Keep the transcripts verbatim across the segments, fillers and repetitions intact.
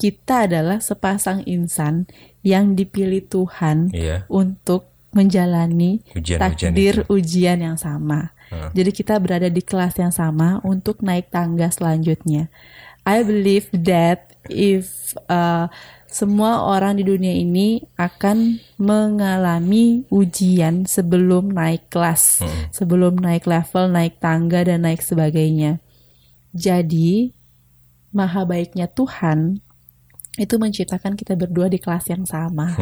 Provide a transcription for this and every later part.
kita adalah sepasang insan yang dipilih Tuhan Iya. untuk menjalani Ujian-ujian takdir itu. ujian yang sama. Hmm. Jadi kita berada di kelas yang sama untuk naik tangga selanjutnya. I believe that if uh, semua orang di dunia ini akan mengalami ujian sebelum naik kelas, Hmm. sebelum naik level, naik tangga dan naik sebagainya. Jadi maha baiknya Tuhan itu menciptakan kita berdua di kelas yang sama.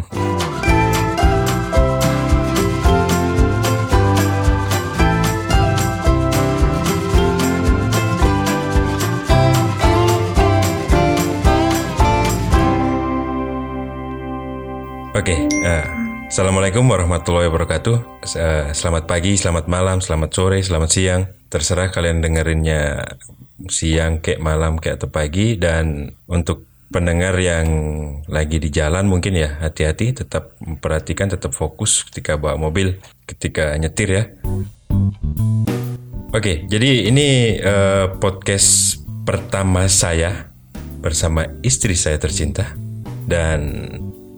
Oke, uh, Assalamualaikum warahmatullahi wabarakatuh. Uh, selamat pagi, selamat malam, selamat sore, selamat siang. Terserah kalian dengerinnya siang, kayak malam, kayak atau pagi. Dan untuk pendengar yang lagi di jalan mungkin ya, hati-hati, tetap memperhatikan, tetap fokus ketika bawa mobil, ketika nyetir ya. Oke, jadi ini uh, podcast pertama saya bersama istri saya tercinta. Dan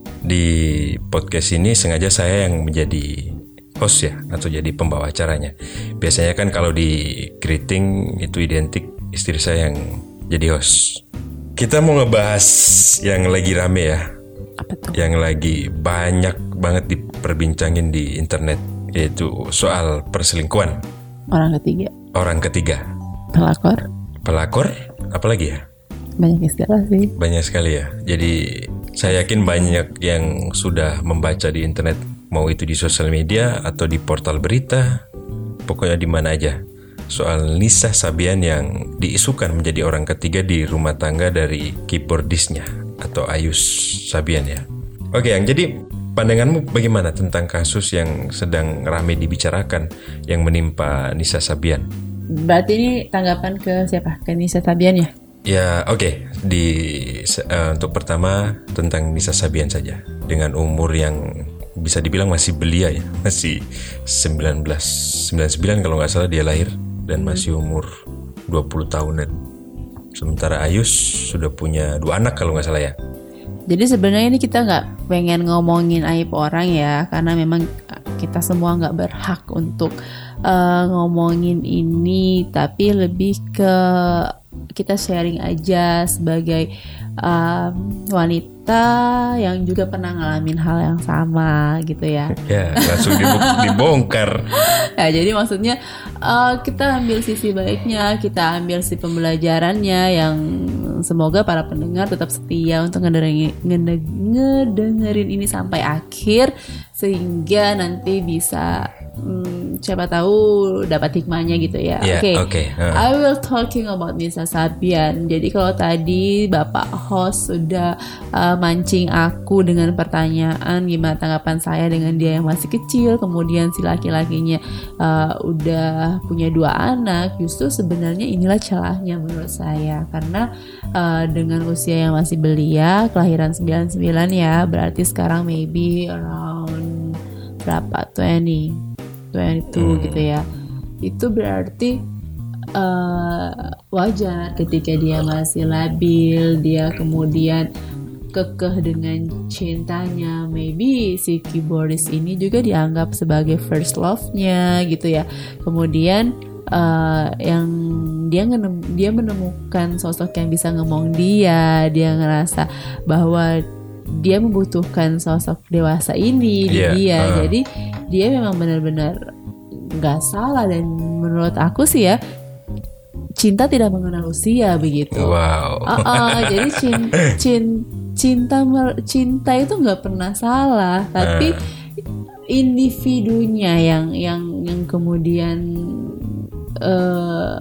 di podcast ini sengaja saya yang menjadi host ya, atau jadi pembawa acaranya. Biasanya kan kalau di greeting itu identik istri saya yang jadi host. Kita mau ngebahas yang lagi rame ya, Apa tuh? yang lagi banyak banget diperbincangin di internet, yaitu soal perselingkuhan Orang ketiga, orang ketiga. pelakor, Pelakor, apalagi ya? banyak istilah sih. Banyak sekali ya. Jadi saya yakin banyak yang sudah membaca di internet, mau itu di sosial media atau di portal berita, pokoknya di mana aja, soal Nisa Sabian yang diisukan menjadi orang ketiga di rumah tangga dari keyboardisnya atau Ayus Sabian ya. Oke, yang jadi pandanganmu bagaimana tentang kasus yang sedang ramai dibicarakan yang menimpa Nisa Sabian? Berarti ini tanggapan ke siapa? Ke Nisa Sabian ya? Ya oke, okay. di uh, untuk pertama tentang Nisa Sabian saja, dengan umur yang bisa dibilang masih belia ya, masih sembilan belas sembilan puluh sembilan kalau nggak salah dia lahir, dan masih umur dua puluh tahunan. Sementara Ayus sudah punya dua anak kalau nggak salah ya. Jadi sebenarnya ini kita nggak pengen ngomongin aib orang ya, karena memang kita semua nggak berhak untuk uh, ngomongin ini, tapi lebih ke kita sharing aja sebagai um, wanita yang juga pernah ngalamin hal yang sama gitu ya. Ya langsung dibongkar. Ya, jadi maksudnya uh, kita ambil sisi baiknya, kita ambil sisi pembelajarannya, yang semoga para pendengar tetap setia untuk ngedengerin, ngedengerin ini sampai akhir, sehingga nanti bisa hmm, siapa tahu dapat hikmahnya gitu ya. Yeah, Oke. Okay. Okay. Uh. I will talking about Nisa Sabian. Jadi kalau tadi Bapak host sudah uh, mancing aku dengan pertanyaan gimana tanggapan saya dengan dia yang masih kecil, kemudian si laki-lakinya uh, udah punya dua anak, justru sebenarnya inilah celahnya menurut saya, karena uh, dengan usia yang masih belia, kelahiran sembilan puluh sembilan ya, berarti sekarang maybe around berapa, dua puluh, dua puluh dua hmm. gitu ya. Itu berarti uh, wajar ketika dia masih labil, dia kemudian kekeh dengan cintanya. Maybe si keyboardist ini juga dianggap sebagai first love-nya gitu ya. Kemudian uh, yang dia ngenem- dia menemukan sosok yang bisa ngomong dia, dia ngerasa bahwa dia membutuhkan sosok dewasa ini di yeah, dia. uh. Jadi dia memang benar-benar nggak salah, dan menurut aku sih ya, cinta tidak mengenal usia begitu. Wow. Uh, uh, jadi cinta, cinta cinta itu nggak pernah salah, tapi uh. individunya yang yang yang kemudian uh,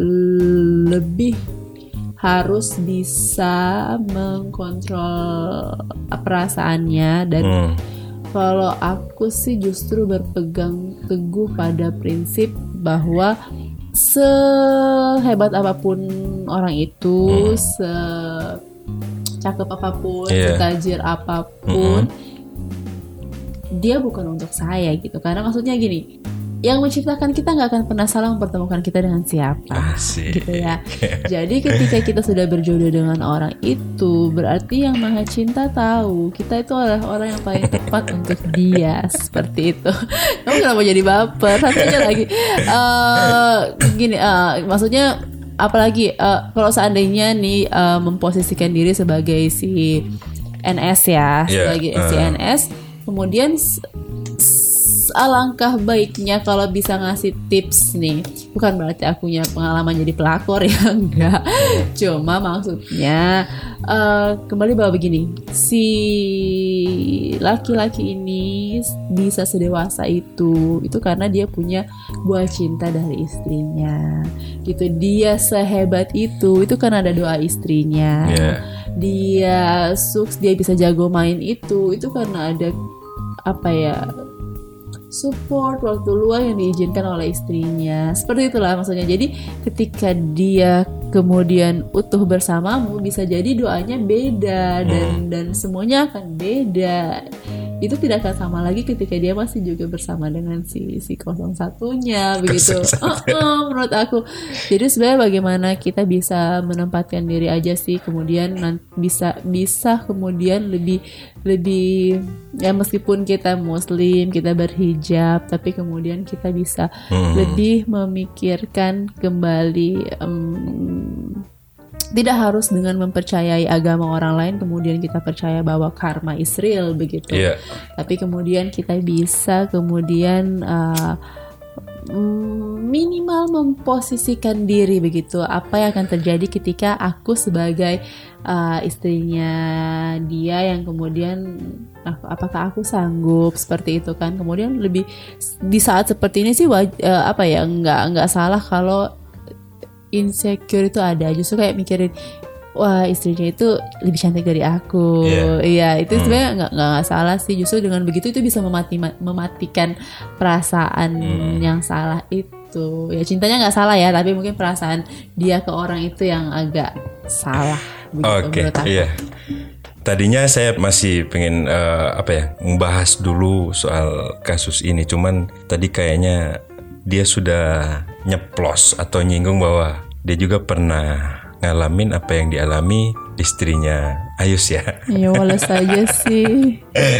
lebih harus bisa mengkontrol perasaannya. Dan hmm. kalau aku sih justru berpegang teguh pada prinsip bahwa sehebat apapun orang itu, hmm. secakep apapun, yeah. setajir apapun, hmm. dia bukan untuk saya gitu. Karena maksudnya gini, yang menciptakan kita nggak akan pernah salah mempertemukan kita dengan siapa, Asik. gitu ya. Jadi ketika kita sudah berjodoh dengan orang itu, berarti yang Maha Cinta tahu kita itu adalah orang yang paling tepat untuk dia, seperti itu. Kamu kenapa jadi baper? Satunya lagi, uh, gini, uh, maksudnya apalagi uh, kalau seandainya nih uh, memposisikan diri sebagai si N S ya, yeah, sebagai uh. si N S, kemudian alangkah baiknya kalau bisa ngasih tips nih. Bukan berarti akunya pengalaman jadi pelakor ya, enggak. Cuma maksudnya uh, kembali bahwa begini, si laki-laki ini bisa sedewasa itu itu karena dia punya buah cinta dari istrinya. Gitu, dia sehebat itu itu karena ada doa istrinya. Yeah. Dia sukses, dia bisa jago main itu itu karena ada apa ya, support waktu luang yang diizinkan oleh istrinya. Seperti itulah maksudnya. Jadi ketika dia kemudian utuh bersamamu, bisa jadi doanya beda dan dan semuanya akan beda. Itu tidak akan sama lagi ketika dia masih juga bersama dengan si si kosong satunya begitu. Uh, uh, menurut aku. Jadi sebenarnya bagaimana kita bisa menempatkan diri aja sih, kemudian bisa bisa kemudian lebih lebih ya, meskipun kita muslim, kita berhijab, tapi kemudian kita bisa hmm. lebih memikirkan kembali, um, tidak harus dengan mempercayai agama orang lain kemudian kita percaya bahwa karma is real begitu. Yeah. Tapi kemudian kita bisa kemudian uh, minimal memposisikan diri begitu, apa yang akan terjadi ketika aku sebagai uh, istrinya dia yang kemudian apakah aku sanggup seperti itu kan. Kemudian lebih di saat seperti ini sih waj- uh, apa ya nggak nggak salah kalau insecure itu ada, justru kayak mikirin wah istrinya itu lebih cantik dari aku. Iya, yeah. Itu sebenarnya nggak hmm. nggak salah sih. Justru dengan begitu itu bisa memati, mematikan perasaan hmm. yang salah itu. Ya cintanya nggak salah ya, tapi mungkin perasaan dia ke orang itu yang agak salah. Oke, okay, iya. Tadinya saya masih pengen uh, apa ya, membahas dulu soal kasus ini. Cuman tadi kayaknya dia sudah nyeplos atau nyinggung bahwa dia juga pernah ngalamin apa yang dialami istrinya Ayus ya. Ya walau saja sih.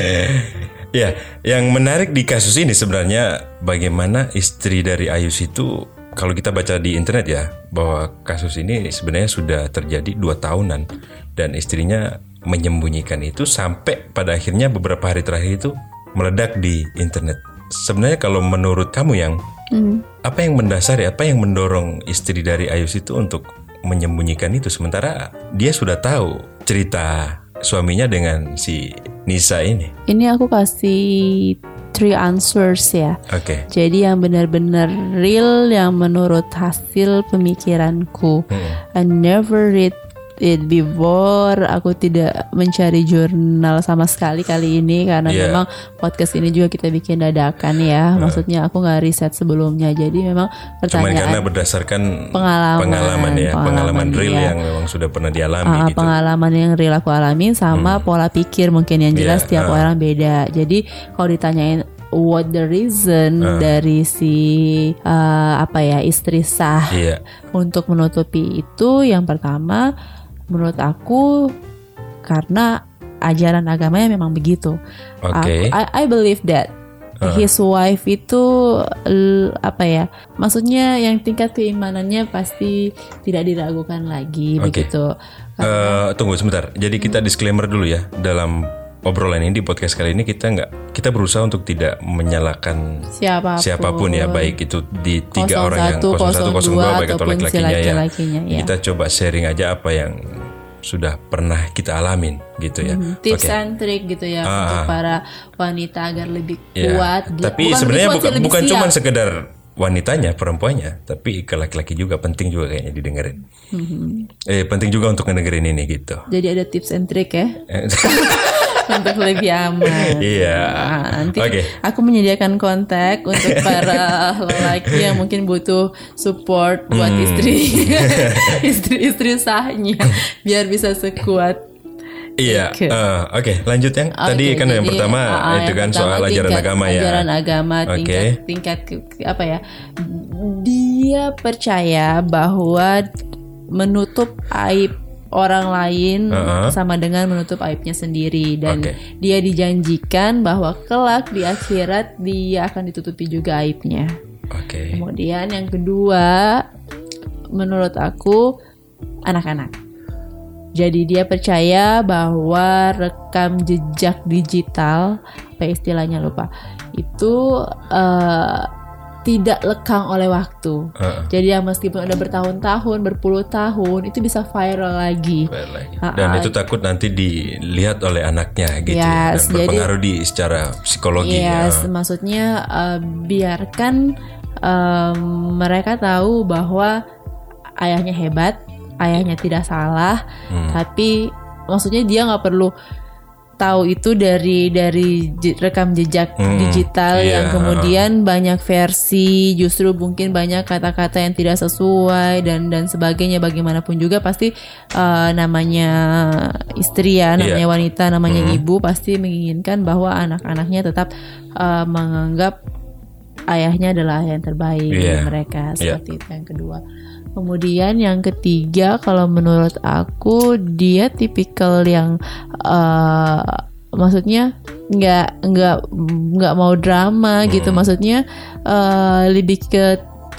Ya, yang menarik di kasus ini sebenarnya bagaimana istri dari Ayus itu, kalau kita baca di internet ya, bahwa kasus ini sebenarnya sudah terjadi dua tahunan dan istrinya menyembunyikan itu sampai pada akhirnya beberapa hari terakhir itu meledak di internet. Sebenarnya kalau menurut kamu yang hmm. apa yang mendasari, apa yang mendorong istri dari Ayus itu untuk menyembunyikan itu sementara dia sudah tahu cerita suaminya dengan si Nisa ini? Ini aku kasih three answers ya. Oke. Okay. Jadi yang benar-benar real, yang menurut hasil pemikiranku. Hmm. I never read it before. Aku tidak mencari jurnal sama sekali kali ini karena yeah. memang podcast ini juga kita bikin dadakan ya. Maksudnya aku nggak riset sebelumnya. Jadi memang pertanyaan. Cuman karena berdasarkan pengalaman, pengalaman ya, pengalaman, pengalaman real ya. Yang memang sudah pernah dialami. Uh, gitu. Pengalaman yang real aku alami sama hmm. pola pikir mungkin yang jelas yeah. tiap uh. orang beda. Jadi kalau ditanyain what the reason uh. dari si uh, apa ya istri sah yeah. untuk menutupi itu, yang pertama menurut aku karena ajaran agamanya memang begitu. Okay. I, I believe that uh. his wife itu apa ya, maksudnya yang tingkat keimanannya pasti tidak diragukan lagi okay. begitu. Uh, tunggu sebentar. Jadi kita hmm. disclaimer dulu ya dalam obrolan ini, di podcast kali ini kita nggak kita berusaha untuk tidak menyalahkan siapapun, siapapun ya, baik itu di tiga orang yang nol satu nol dua baik atau laki-lakinya ya. ya. Kita coba sharing aja apa yang sudah pernah kita alamin gitu ya. Hmm, tips okay. and trick gitu ya ah, untuk para wanita agar lebih ya. kuat. Tapi bukan sebenarnya bukan bukan cuma sekedar wanitanya, perempuannya, tapi ke laki-laki juga penting juga kayaknya didengerin. Mm-hmm. Eh penting juga untuk ngedengerin ini gitu. Jadi ada tips and trick ya. Untuk lebih aman. Iya. Nah, nanti okay. aku menyediakan kontak untuk para lelaki yang mungkin butuh support buat hmm. istri, istri-istri sahnya, biar bisa sekuat Iya, Oke. uh, oke okay, lanjut yang Oke, tadi kan yang jadi, pertama uh, itu yang kan pertama soal ajaran tingkat agama ya. Ajaran agama Oke. tingkat tingkat ke- ke- apa ya? Dia percaya bahwa menutup aib orang lain Uh-uh. sama dengan menutup aibnya sendiri, dan Oke. dia dijanjikan bahwa kelak di akhirat dia akan ditutupi juga aibnya. Oke. Kemudian yang kedua, menurut aku anak-anak. Jadi dia percaya bahwa rekam jejak digital, apa istilahnya lupa, itu uh, tidak lekang oleh waktu. Uh-uh. Jadi ya meskipun udah bertahun-tahun, berpuluh tahun, itu bisa viral lagi. Baik lagi. Uh-uh. Dan itu takut nanti dilihat oleh anaknya gitu ya, Yes, dan jadi- berpengaruh di secara psikologi. Yes, ya. maksudnya uh, biarkan um, mereka tahu bahwa ayahnya hebat, ayahnya tidak salah, Hmm. tapi maksudnya dia nggak perlu tahu itu dari dari je- rekam jejak Hmm, digital iya, yang kemudian banyak versi, justru mungkin banyak kata-kata yang tidak sesuai dan dan sebagainya. Bagaimanapun juga pasti uh, namanya istri ya, namanya Iya. wanita, namanya ibu pasti menginginkan bahwa anak-anaknya tetap uh, menganggap ayahnya adalah yang terbaik Iya. bagi mereka, Iya. seperti itu yang kedua. Kemudian yang ketiga, kalau menurut aku dia tipikal yang uh, maksudnya nggak nggak nggak mau drama gitu, maksudnya uh, lebih ke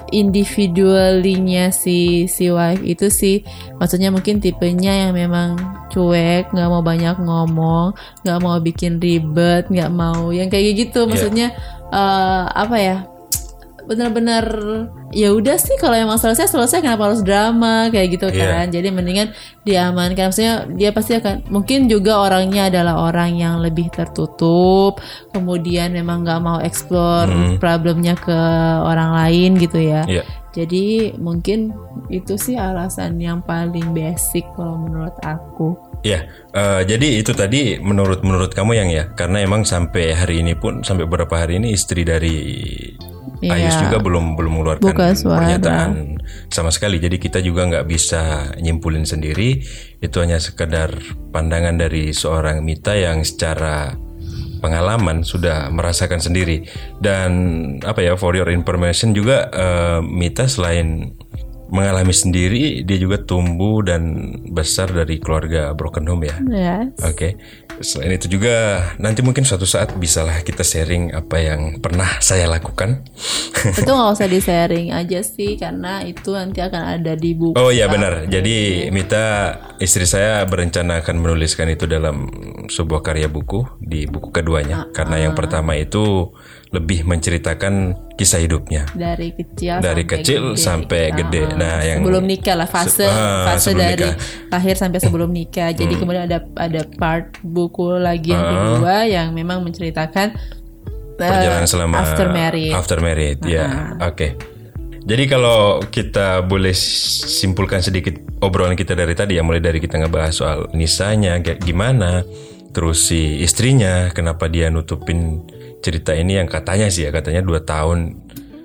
individualinya si si wife itu sih, maksudnya mungkin tipenya yang memang cuek, nggak mau banyak ngomong, nggak mau bikin ribet, nggak mau yang kayak gitu, maksudnya uh, apa ya, benar-benar ya udah sih, kalau emang selesai selesai, kenapa harus drama kayak gitu kan. Jadi mendingan diamankan, maksudnya dia pasti akan, mungkin juga orangnya adalah orang yang lebih tertutup, kemudian memang nggak mau explore problemnya ke orang lain gitu ya. Iya. Jadi mungkin itu sih alasan yang paling basic kalau menurut aku. Ya, eh, jadi itu tadi menurut menurut kamu yang ya, karena emang sampai hari ini pun, sampai beberapa hari ini istri dari Iya. Ayus juga belum belum mengeluarkan Buka suara. pernyataan sama sekali. Jadi kita juga nggak bisa nyimpulin sendiri. Itu hanya sekedar pandangan dari seorang Mita yang secara pengalaman sudah merasakan sendiri. Dan apa ya, for your information juga, eh, Mita selain mengalami sendiri, dia juga tumbuh dan besar dari keluarga broken home ya. Yes. Oke, selain itu juga nanti mungkin suatu saat bisalah kita sharing apa yang pernah saya lakukan. Itu nggak usah di sharing aja sih, karena itu nanti akan ada di buku. Oh iya benar, jadi Mita, istri saya berencana akan menuliskan itu dalam sebuah karya buku, di buku keduanya. Karena yang pertama itu lebih menceritakan kisah hidupnya. Dari kecil Dari sampai kecil gede. sampai gede. Ah, Nah, yang sebelum nikah lah, fase Se- ah, fase sebelum dari nikah. lahir sampai sebelum nikah. Jadi kemudian ada ada part buku lagi yang Ah. kedua yang memang menceritakan uh, perjalanan selama after married. after married, ya. Oke. Jadi kalau kita boleh simpulkan sedikit obrolan kita dari tadi ya, mulai dari kita ngebahas soal Nisanya kayak gimana, terus si istrinya kenapa dia nutupin cerita ini yang katanya sih ya, katanya dua tahun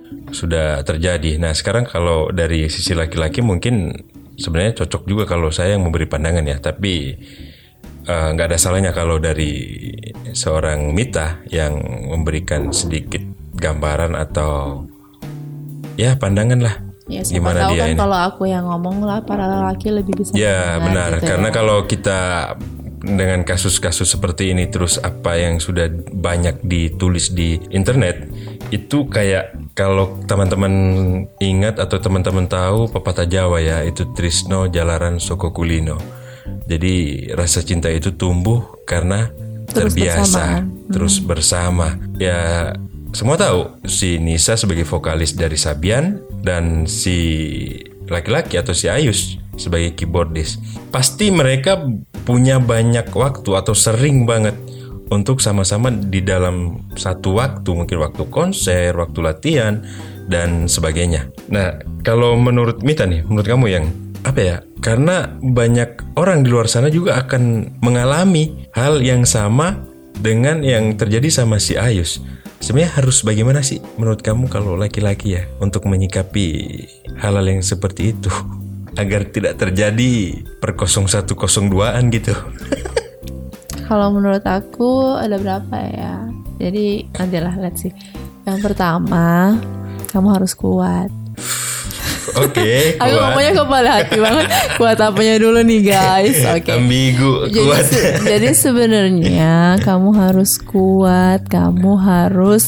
sudah terjadi. Nah sekarang kalau dari sisi laki-laki mungkin sebenarnya cocok juga kalau saya yang memberi pandangan ya, tapi nggak uh, ada salahnya kalau dari seorang Mita yang memberikan sedikit gambaran atau ya pandangan lah. Ya, siapa Gimana tahu dia kan ini? kalau aku yang ngomong lah, para lelaki lebih bisa Ya mendengar benar, gitu karena ya. kalau kita dengan kasus-kasus seperti ini, terus apa yang sudah banyak ditulis di internet, itu kayak kalau teman-teman ingat atau teman-teman tahu pepatah Jawa ya, itu Trisno Jalaran Soko Kulino. Jadi rasa cinta itu tumbuh karena Terus terbiasa, bersamaan. terus bersama. Ya semua tahu si Nisa sebagai vokalis dari Sabian dan si laki-laki atau si Ayus sebagai keyboardist. Pasti mereka punya banyak waktu atau sering banget untuk sama-sama di dalam satu waktu, mungkin waktu konser, waktu latihan dan sebagainya. Nah, kalau menurut Mita nih, menurut kamu yang apa ya? Karena banyak orang di luar sana juga akan mengalami hal yang sama dengan yang terjadi sama si Ayus. Sebenarnya harus bagaimana sih menurut kamu kalau laki-laki ya untuk menyikapi hal-hal yang seperti itu agar tidak terjadi per nol satu nol dua-an gitu? Kalau menurut aku ada berapa ya? Jadi nantilah lihat sih. Yang pertama, kamu harus kuat. Oke, Aku ngomongnya kepala hati banget. Kuat apanya dulu nih guys? Oke. Ambigu, Jadi, kuat. se- jadi sebenarnya kamu harus kuat, kamu harus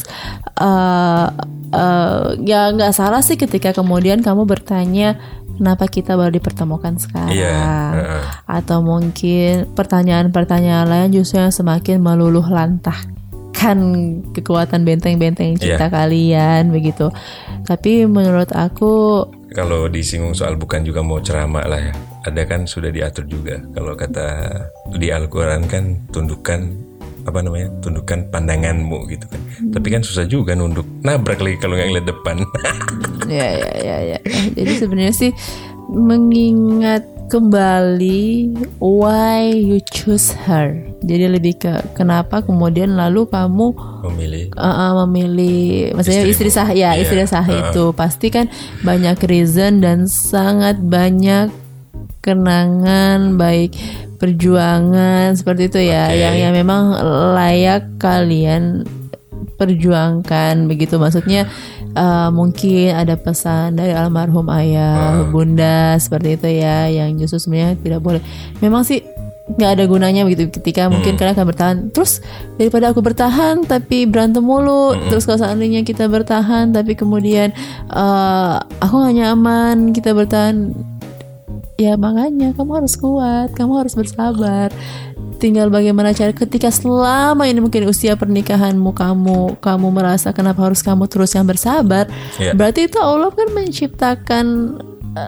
uh, uh, ya nggak salah sih ketika kemudian kamu bertanya kenapa kita baru dipertemukan sekarang, Iya, uh-uh. atau mungkin pertanyaan-pertanyaan lain justru yang semakin meluluh lantahkan kekuatan benteng-benteng cinta Iya. kalian begitu. Tapi menurut aku Kalau disinggung soal bukan juga mau ceramah lah ya. Ada kan sudah diatur juga. Kalau kata di Al-Quran kan tundukkan apa namanya? Tundukkan pandanganmu gitu kan. Hmm. Tapi kan susah juga nunduk. Nabrak lagi kalau nggak ngeliat depan. ya ya ya ya. Jadi sebenarnya sih mengingat kembali why you choose her. Jadi lebih ke kenapa kemudian lalu kamu Memilih uh, uh, memilih, maksudnya istri Istrimu. sah ya Iya. istri sah Uh-uh. itu pasti kan banyak reason dan sangat banyak kenangan baik perjuangan seperti itu ya, Oke. yang yang memang layak kalian perjuangkan begitu. Maksudnya uh, mungkin ada pesan dari almarhum ayah, Ah. bunda seperti itu ya, yang justru sebenarnya tidak boleh. Memang sih nggak ada gunanya begitu ketika mungkin kalian akan bertahan. Terus daripada aku bertahan tapi berantem mulu. Terus kalau seandainya kita bertahan tapi kemudian uh, aku gak nyaman kita bertahan, ya makanya kamu harus kuat, kamu harus bersabar. Tinggal bagaimana cara ketika selama ini mungkin usia pernikahanmu kamu kamu merasa kenapa harus kamu terus yang bersabar. Iya. Berarti itu Allah kan menciptakan uh,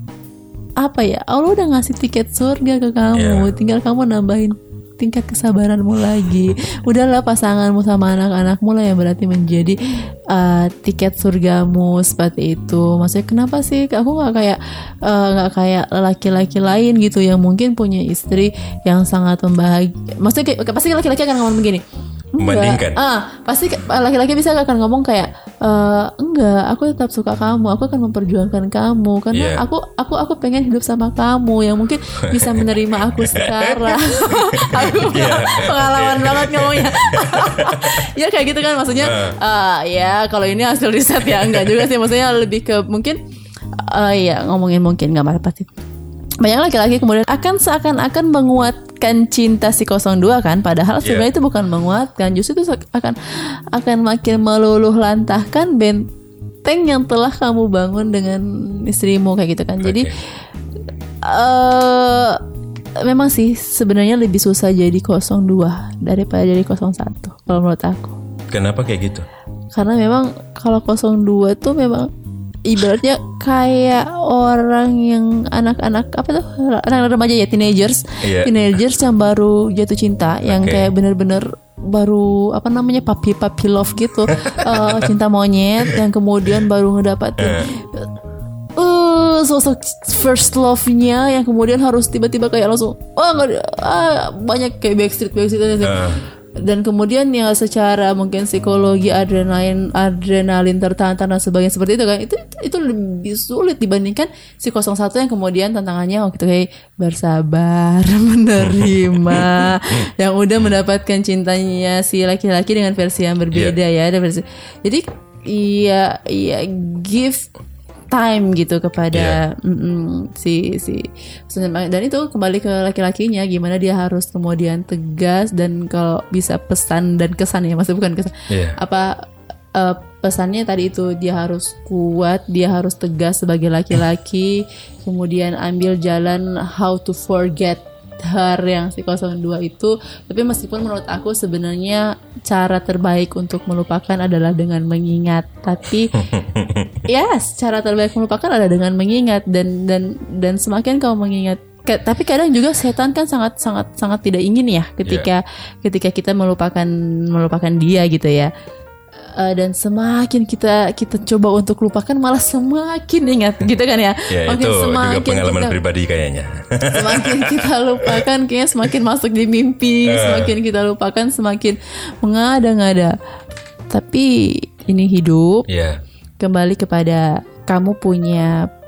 apa ya, Allah udah ngasih tiket surga ke kamu. Iya. Tinggal kamu nambahin tingkat kesabaranmu lagi. Udahlah pasanganmu sama anak-anakmu lah yang berarti menjadi uh, tiket surgamu seperti itu. Maksudnya kenapa sih aku nggak kayak uh, nggak kayak laki-laki lain gitu yang mungkin punya istri yang sangat membahagia. Maksudnya kayak, pasti laki-laki akan ngomong begini. Membandingkan. Ah, pasti laki-laki bisa akan ngomong kayak e, enggak, aku tetap suka kamu, aku akan memperjuangkan kamu karena Yeah. aku aku aku pengen hidup sama kamu yang mungkin bisa menerima aku sekarang. Aku Yeah. pengalaman banget ngomongnya. Ya kayak gitu kan maksudnya. Uh, ya kalau ini hasil riset ya enggak juga sih, maksudnya lebih ke mungkin uh, ya ngomongin mungkin nggak marah pasti. Banyak laki-laki kemudian akan seakan-akan menguatkan cinta si nol dua kan, padahal Yeah. sebenarnya itu bukan menguatkan, justru itu akan akan makin meluluh lantahkan benteng yang telah kamu bangun dengan istrimu kayak gitu kan. Jadi uh, memang sih sebenarnya lebih susah jadi nol dua daripada jadi nol satu kalau menurut aku. Kenapa kayak gitu? Karena memang kalau nol dua tuh memang ibaratnya kayak orang yang anak-anak apa tuh, anak remaja ya, teenagers, Iya. teenagers yang baru jatuh cinta, yang Oke. kayak bener-bener baru apa namanya puppy puppy love gitu, uh, cinta monyet, yang kemudian baru ngedapatin uh, sosok first love-nya, yang kemudian harus tiba-tiba kayak langsung oh nggak ah, banyak kayak backstreet backstreet Uh. dan kemudian ya secara mungkin psikologi adrenalin adrenalin tertantang dan sebagainya seperti itu kan, itu itu lebih sulit dibandingkan si nol satu yang kemudian tantangannya waktu itu kayak bersabar menerima yang udah mendapatkan cintanya si laki-laki dengan versi yang berbeda ya, ada versi. Jadi iya iya give time gitu kepada Yeah. mm, si si dan itu kembali ke laki-lakinya gimana dia harus kemudian tegas dan kalau bisa pesan dan kesan ya, maksudnya bukan kesan Yeah. apa uh, pesannya tadi itu dia harus kuat, dia harus tegas sebagai laki-laki, kemudian ambil jalan how to forget her yang si nol dua itu. Tapi meskipun menurut aku sebenarnya cara terbaik untuk melupakan adalah dengan mengingat, tapi yes, cara terbaik melupakan adalah dengan mengingat, dan dan dan semakin kau mengingat. Ke, tapi kadang juga setan kan sangat sangat sangat tidak ingin ya ketika ketika kita melupakan melupakan dia gitu ya. Uh, dan semakin kita kita coba untuk lupakan malah semakin ingat gitu kan ya. Ya, Makin itu juga semakin pengalaman kita- pribadi kayaknya. Semakin kita lupakan kayaknya semakin masuk di mimpi, semakin kita lupakan semakin mengada-ngada. Tapi ini hidup, Ya. kembali kepada kamu punya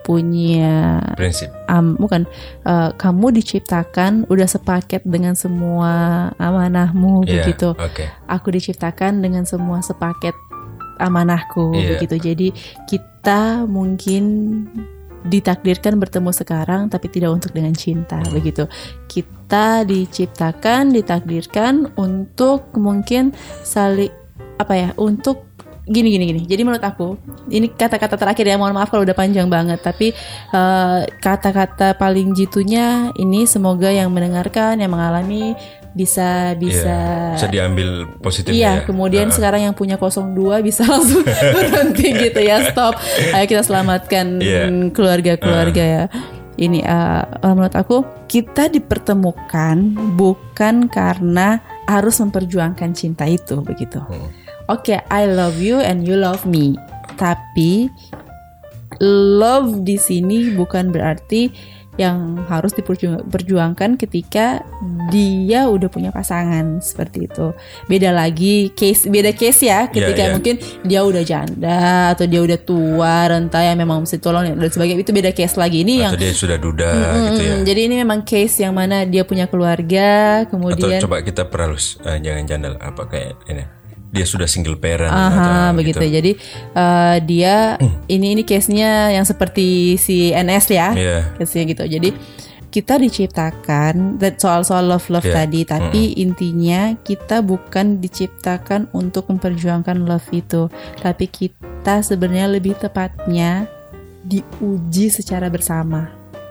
punya prinsip. Um, bukan uh, kamu diciptakan udah sepaket dengan semua amanahmu yeah, begitu. Okay. Aku diciptakan dengan semua sepaket amanahku yeah. begitu. Jadi kita mungkin ditakdirkan bertemu sekarang tapi tidak untuk dengan cinta hmm. begitu. Kita diciptakan, ditakdirkan untuk mungkin saling apa ya, untuk gini gini gini. Jadi menurut aku ini kata-kata terakhir ya, mohon maaf kalau udah panjang banget, tapi uh, kata-kata paling jitunya ini semoga yang mendengarkan, yang mengalami bisa bisa yeah, bisa diambil positifnya. Iya, ya. kemudian uh. sekarang yang punya nol dua bisa langsung berhenti gitu ya, stop. Ayo kita selamatkan yeah. keluarga-keluarga uh. ya. Ini uh, menurut aku kita dipertemukan bukan karena harus memperjuangkan cinta itu begitu. Hmm. Oke, okay, I love you and you love me. Tapi love di sini bukan berarti yang harus diperjuangkan ketika dia udah punya pasangan seperti itu. Beda lagi case, beda case ya ketika yeah, yeah. mungkin dia udah janda atau dia udah tua, renta yang memang mesti tolong dan sebagainya, itu beda case lagi. Ini atau yang dia sudah duda hmm, gitu ya. Jadi ini memang case yang mana dia punya keluarga, kemudian atau coba kita perhalus, uh, jangan janda apa kayak ini. Dia sudah single parent. Aha, atau begitu. Gitu. Jadi uh, dia hmm. ini ini case-nya yang seperti si N S ya, yeah. case-nya gitu. Jadi kita diciptakan soal-soal love-love yeah. tadi, tapi hmm. intinya kita bukan diciptakan untuk memperjuangkan love itu, tapi kita sebenarnya lebih tepatnya diuji secara bersama.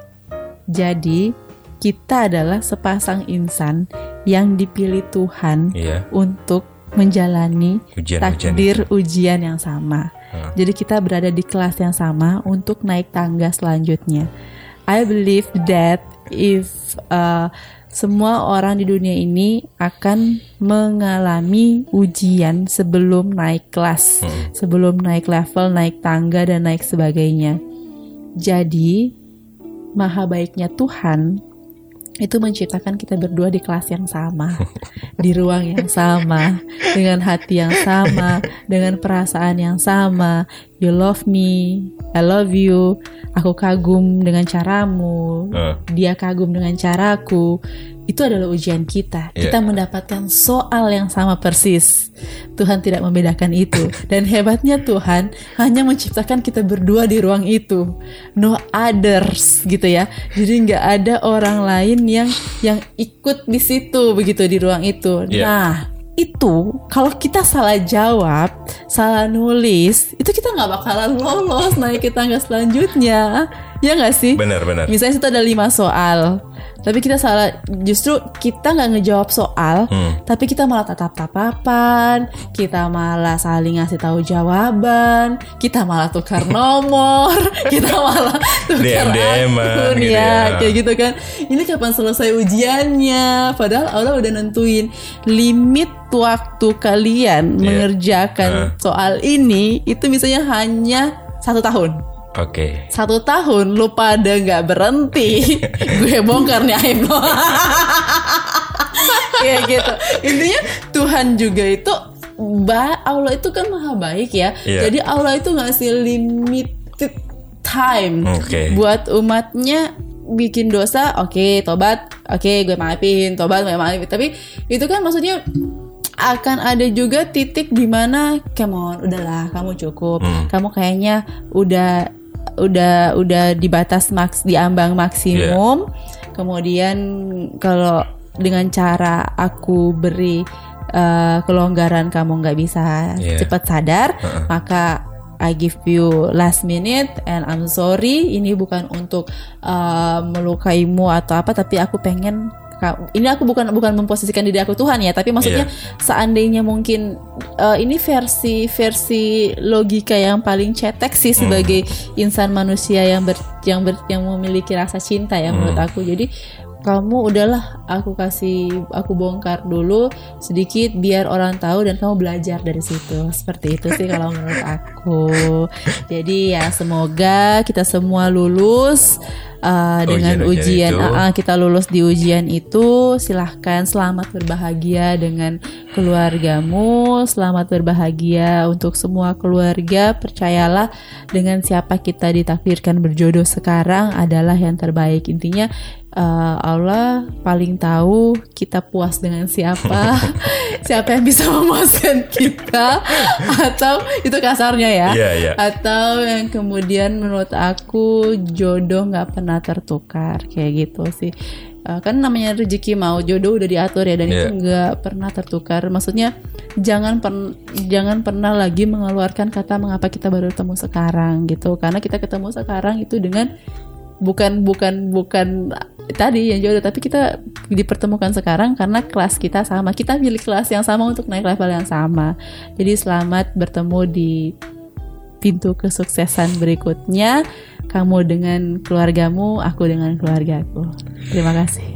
Jadi kita adalah sepasang insan yang dipilih Tuhan yeah. untuk menjalani ujian, takdir ujian, ujian yang sama. Hmm. Jadi kita berada di kelas yang sama untuk naik tangga selanjutnya. I believe that if uh, semua orang di dunia ini akan mengalami ujian sebelum naik kelas, hmm. sebelum naik level, naik tangga dan naik sebagainya. Jadi maha baiknya Tuhan itu menciptakan kita berdua di kelas yang sama, di ruang yang sama, dengan hati yang sama, dengan perasaan yang sama. You love me, I love you. Aku kagum dengan caramu, uh. dia kagum dengan caraku. Itu adalah ujian kita. Yeah. Kita mendapatkan soal yang sama persis. Tuhan tidak membedakan itu. Dan hebatnya Tuhan hanya menciptakan kita berdua di ruang itu. No others gitu ya. Jadi nggak ada orang lain yang yang ikut di situ begitu di ruang itu. Yeah. Nah, itu kalau kita salah jawab, salah nulis, itu kita nggak bakalan lolos naik ke tangga selanjutnya. Ya nggak sih? Benar-benar. Misalnya itu ada lima soal, tapi kita salah, justru kita nggak ngejawab soal, hmm. tapi kita malah tatap-tatapan, kita malah saling ngasih tahu jawaban, kita malah tukar nomor, kita malah tukar akun gitu ya, kayak gitu kan. Ini kapan selesai ujiannya? Padahal Allah udah nentuin limit waktu kalian yeah. mengerjakan uh. soal ini itu misalnya hanya satu tahun. Oke. Okay. Satu tahun lu pada nggak berhenti, gue bongkar nih aib lo. Kayak gitu. Intinya Tuhan juga itu, ba Allah itu kan maha baik ya. Yeah. Jadi Allah itu ngasih limited time okay. buat umatnya bikin dosa. Oke, okay, tobat. Oke, okay, gue maafin. Tobat, gue maafin. Tapi itu kan maksudnya akan ada juga titik di mana, come on, udahlah, kamu cukup. Hmm. Kamu kayaknya udah udah udah di batas maks di ambang maksimum. Yeah. Kemudian kalau dengan cara aku beri uh, kelonggaran kamu nggak bisa yeah. cepat sadar, uh-uh. maka I give you last minute and I'm sorry. Ini bukan untuk uh, melukaimu atau apa, tapi aku pengen. Ini aku bukan bukan memposisikan diri aku Tuhan ya, tapi maksudnya yeah. seandainya mungkin uh, ini versi versi logika yang paling cetek sih sebagai mm. insan manusia yang ber, yang ber, yang memiliki rasa cinta ya mm. menurut aku. Jadi kamu udahlah aku kasih aku bongkar dulu sedikit biar orang tahu dan kamu belajar dari situ. Seperti itu sih kalau menurut aku. Jadi ya semoga kita semua lulus uh, dengan ujian, ujian uh, kita lulus di ujian itu. Silahkan selamat berbahagia dengan keluargamu, selamat berbahagia untuk semua keluarga. Percayalah dengan siapa kita ditakdirkan berjodoh sekarang adalah yang terbaik. Intinya Uh, Allah paling tahu kita puas dengan siapa, siapa yang bisa memuaskan kita, atau itu kasarnya ya, yeah, yeah. atau yang kemudian menurut aku jodoh nggak pernah tertukar kayak gitu sih. Uh, kan namanya rezeki mau jodoh udah diatur ya dan yeah. itu nggak pernah tertukar. Maksudnya jangan per, jangan pernah lagi mengeluarkan kata mengapa kita baru ketemu sekarang gitu, karena kita ketemu sekarang itu dengan bukan bukan bukan tadi yang jodoh, tapi kita dipertemukan sekarang karena kelas kita sama, kita pilih kelas yang sama untuk naik level yang sama. Jadi selamat bertemu di pintu kesuksesan berikutnya, kamu dengan keluargamu, aku dengan keluargaku. Terima kasih.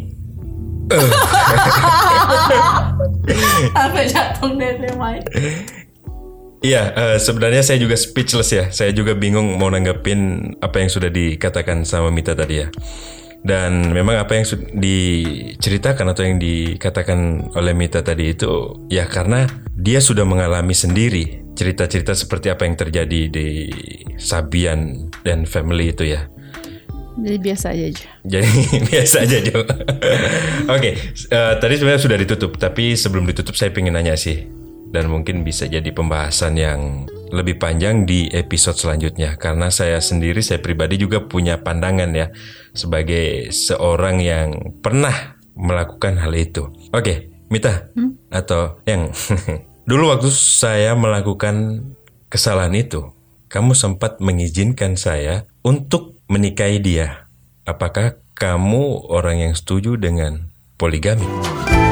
Apa jatuh deh main. Iya, uh, sebenarnya saya juga speechless ya. Saya juga bingung mau nanggepin apa yang sudah dikatakan sama Mita tadi ya. Dan memang apa yang su- diceritakan atau yang dikatakan oleh Mita tadi itu ya karena dia sudah mengalami sendiri cerita-cerita seperti apa yang terjadi di Sabian dan family itu ya. Jadi biasa aja. Jadi biasa aja Jo. Oke, okay, uh, tadi sebenarnya sudah ditutup, tapi sebelum ditutup saya pengen nanya sih. Dan mungkin bisa jadi pembahasan yang lebih panjang di episode selanjutnya. Karena saya sendiri, saya pribadi juga punya pandangan ya. Sebagai seorang yang pernah melakukan hal itu. Oke, Mita. Hmm? Atau yang dulu waktu saya melakukan kesalahan itu, kamu sempat mengizinkan saya untuk menikahi dia. Apakah kamu orang yang setuju dengan poligami?